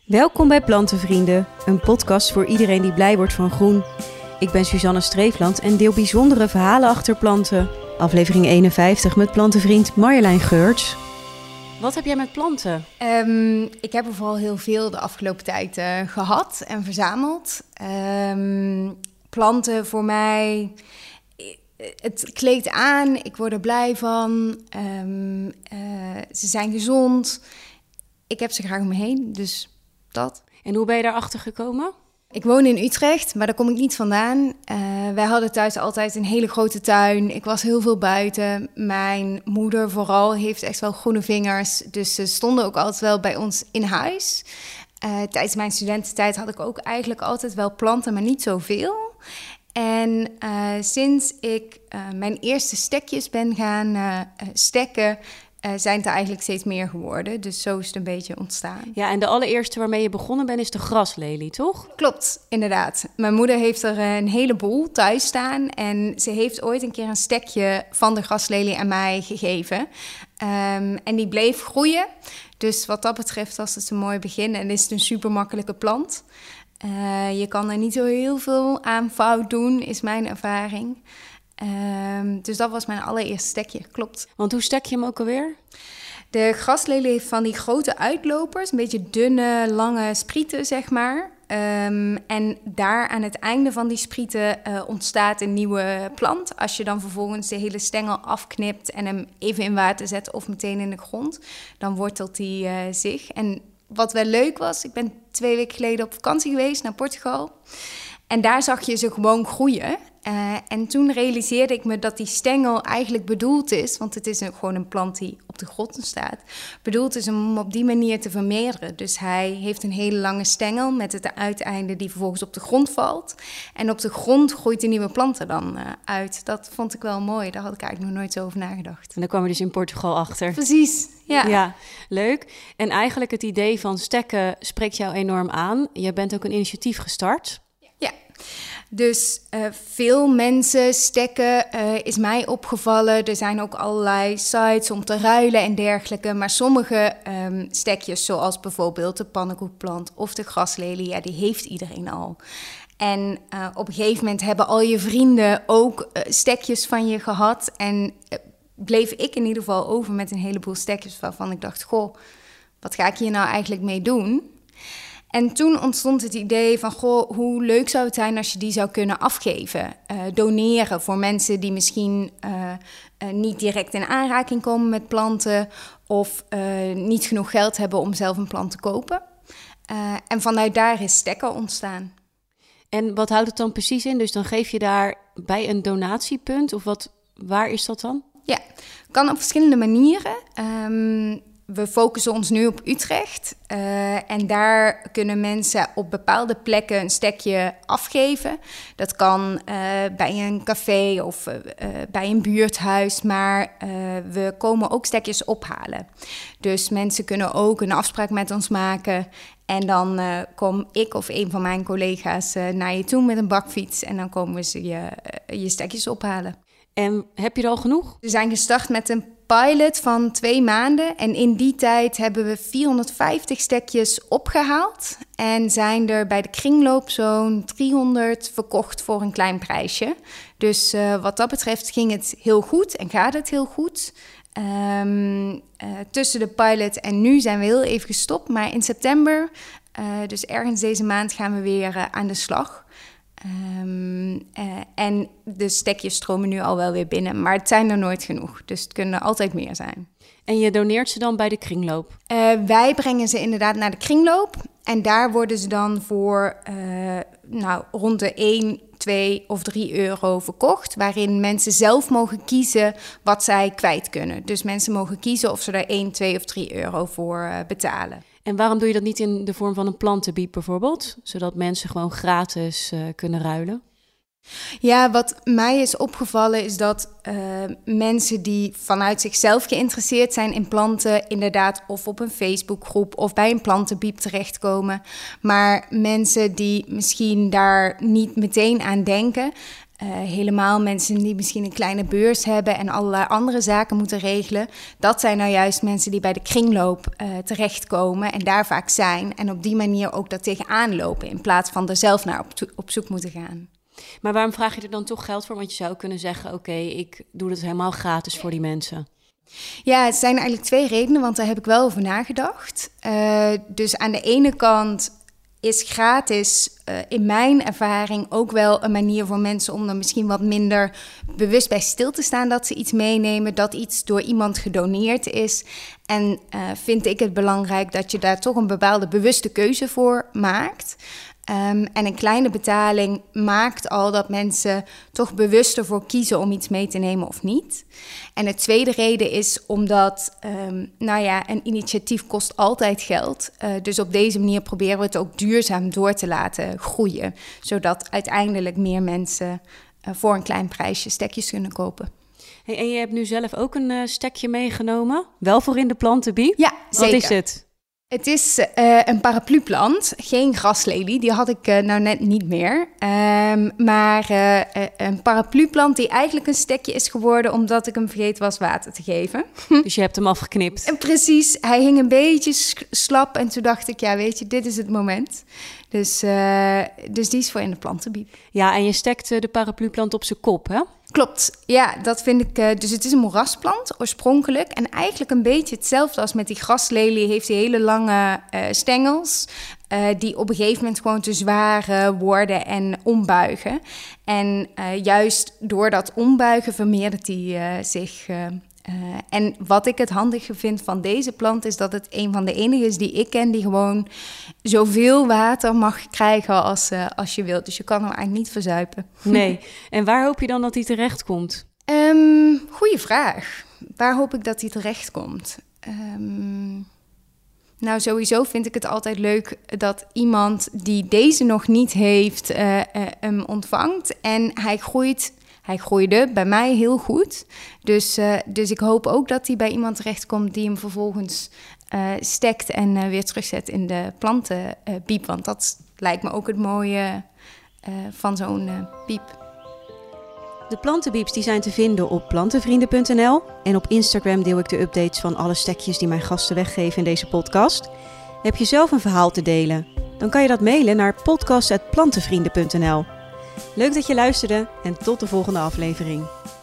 Welkom bij Plantenvrienden, een podcast voor iedereen die blij wordt van groen. Ik ben Suzanne Streefland en deel bijzondere verhalen achter planten. Aflevering 51 met plantenvriend Marjolein Geurts. Wat heb jij met planten? Ik heb er vooral heel veel de afgelopen tijd gehad en verzameld. Planten voor mij, het kleedt aan, ik word er blij van. Ze zijn gezond. Ik heb ze graag om me heen, dus dat. En hoe ben je daarachter gekomen? Ik woon in Utrecht, maar daar kom ik niet vandaan. Wij hadden thuis altijd een hele grote tuin. Ik was heel veel buiten. Mijn moeder vooral heeft echt wel groene vingers. Dus ze stonden ook altijd wel bij ons in huis. Tijdens mijn studententijd had ik ook eigenlijk altijd wel planten, maar niet zoveel. En sinds ik mijn eerste stekjes ben gaan stekken, zijn het er eigenlijk steeds meer geworden. Dus zo is het een beetje ontstaan. Ja, en de allereerste waarmee je begonnen bent is de graslelie, toch? Klopt, inderdaad. Mijn moeder heeft er een heleboel thuis staan. En ze heeft ooit een keer een stekje van de graslelie aan mij gegeven. En die bleef groeien. Dus wat dat betreft was het een mooi begin. En is het een super makkelijke plant. Je kan er niet zo heel veel aan fout doen, is mijn ervaring. Dus dat was mijn allereerste stekje, klopt. Want hoe stek je hem ook alweer? De graslelie heeft van die grote uitlopers, een beetje dunne, lange sprieten, zeg maar. En daar aan het einde van die sprieten ontstaat een nieuwe plant. Als je dan vervolgens de hele stengel afknipt en hem even in water zet of meteen in de grond, dan wortelt die zich. En wat wel leuk was, ik ben 2 weken geleden op vakantie geweest naar Portugal. En daar zag je ze gewoon groeien. En toen realiseerde ik me dat die stengel eigenlijk bedoeld is, want het is gewoon een plant die op de grond staat, bedoeld is om hem op die manier te vermeerderen. Dus hij heeft een hele lange stengel met het uiteinde die vervolgens op de grond valt. En op de grond groeit de nieuwe plant er dan uit. Dat vond ik wel mooi, daar had ik eigenlijk nog nooit zo over nagedacht. En daar kwam je dus in Portugal achter. Precies, ja. Ja, leuk. En eigenlijk het idee van stekken spreekt jou enorm aan. Je bent ook een initiatief gestart. Ja. Dus veel mensen stekken, is mij opgevallen. Er zijn ook allerlei sites om te ruilen en dergelijke. Maar sommige stekjes, zoals bijvoorbeeld de pannenkoekplant of de graslelie, ja, die heeft iedereen al. En op een gegeven moment hebben al je vrienden ook stekjes van je gehad. En bleef ik in ieder geval over met een heleboel stekjes waarvan ik dacht, goh, wat ga ik hier nou eigenlijk mee doen? En toen ontstond het idee van, goh, hoe leuk zou het zijn als je die zou kunnen afgeven. Doneren voor mensen die misschien niet direct in aanraking komen met planten of niet genoeg geld hebben om zelf een plant te kopen. En vanuit daar is stekken ontstaan. En wat houdt het dan precies in? Dus dan geef je daar bij een donatiepunt of waar is dat dan? Ja, kan op verschillende manieren. We focussen ons nu op Utrecht en daar kunnen mensen op bepaalde plekken een stekje afgeven. Dat kan bij een café of bij een buurthuis, maar we komen ook stekjes ophalen. Dus mensen kunnen ook een afspraak met ons maken en dan kom ik of een van mijn collega's naar je toe met een bakfiets en dan komen ze je stekjes ophalen. En heb je er al genoeg? We zijn gestart met een pilot van 2 maanden. En in die tijd hebben we 450 stekjes opgehaald. En zijn er bij de kringloop zo'n 300 verkocht voor een klein prijsje. Dus wat dat betreft ging het heel goed en gaat het heel goed. Tussen de pilot en nu zijn we heel even gestopt. Maar in september, dus ergens deze maand, gaan we weer aan de slag. En de stekjes stromen nu al wel weer binnen, maar het zijn er nooit genoeg. Dus het kunnen er altijd meer zijn. En je doneert ze dan bij de kringloop? Wij brengen ze inderdaad naar de kringloop. En daar worden ze dan voor rond de 1, 2 of 3 euro verkocht. Waarin mensen zelf mogen kiezen wat zij kwijt kunnen. Dus mensen mogen kiezen of ze er 1, 2 of 3 euro voor betalen. En waarom doe je dat niet in de vorm van een plantenbiep bijvoorbeeld? Zodat mensen gewoon gratis kunnen ruilen? Ja, wat mij is opgevallen is dat mensen die vanuit zichzelf geïnteresseerd zijn in planten, inderdaad of op een Facebookgroep of bij een plantenbiep terechtkomen. Maar mensen die misschien daar niet meteen aan denken, helemaal mensen die misschien een kleine beurs hebben en allerlei andere zaken moeten regelen. Dat zijn nou juist mensen die bij de kringloop terechtkomen en daar vaak zijn. En op die manier ook daar tegenaan lopen in plaats van er zelf naar op zoek moeten gaan. Maar waarom vraag je er dan toch geld voor? Want je zou kunnen zeggen, oké, ik doe het helemaal gratis voor die mensen. Ja, het zijn eigenlijk 2 redenen, want daar heb ik wel over nagedacht. Dus aan de ene kant is gratis in mijn ervaring ook wel een manier voor mensen om er misschien wat minder bewust bij stil te staan dat ze iets meenemen, dat iets door iemand gedoneerd is. En vind ik het belangrijk dat je daar toch een bepaalde bewuste keuze voor maakt. En een kleine betaling maakt al dat mensen toch bewust ervoor kiezen om iets mee te nemen of niet. En de tweede reden is omdat, een initiatief kost altijd geld. Dus op deze manier proberen we het ook duurzaam door te laten groeien. Zodat uiteindelijk meer mensen voor een klein prijsje stekjes kunnen kopen. Hey, en je hebt nu zelf ook een stekje meegenomen, wel voor in de plantenbiep. Ja, zeker. Wat is het? Het is een paraplu-plant, geen graslelie. Die had ik nou net niet meer. Maar een paraplu-plant die eigenlijk een stekje is geworden omdat ik hem vergeten was water te geven. Dus je hebt hem afgeknipt. En precies, hij hing een beetje slap en toen dacht ik, ja weet je, dit is het moment. Dus die is voor in de plantenbiep. Ja, en je stekt de paraplu-plant op zijn kop, hè? Klopt, ja, dat vind ik. Dus het is een moerasplant oorspronkelijk. En eigenlijk een beetje hetzelfde als met die graslelie. Heeft die hele lange stengels. Die op een gegeven moment gewoon te zwaar worden en ombuigen. En juist door dat ombuigen vermeerdert hij zich. En wat ik het handige vind van deze plant is dat het een van de enige is die ik ken die gewoon zoveel water mag krijgen als je wilt. Dus je kan hem eigenlijk niet verzuipen. Nee. En waar hoop je dan dat hij terecht komt? Goeie vraag. Waar hoop ik dat hij terecht komt? Nou, sowieso vind ik het altijd leuk dat iemand die deze nog niet heeft hem ontvangt. En hij groeide bij mij heel goed. Dus ik hoop ook dat hij bij iemand terechtkomt die hem vervolgens stekt en weer terugzet in de plantenbiep. Want dat lijkt me ook het mooie van zo'n biep. De plantenbieps die zijn te vinden op plantenvrienden.nl. En op Instagram deel ik de updates van alle stekjes die mijn gasten weggeven in deze podcast. Heb je zelf een verhaal te delen? Dan kan je dat mailen naar podcast@plantenvrienden.nl. Leuk dat je luisterde en tot de volgende aflevering.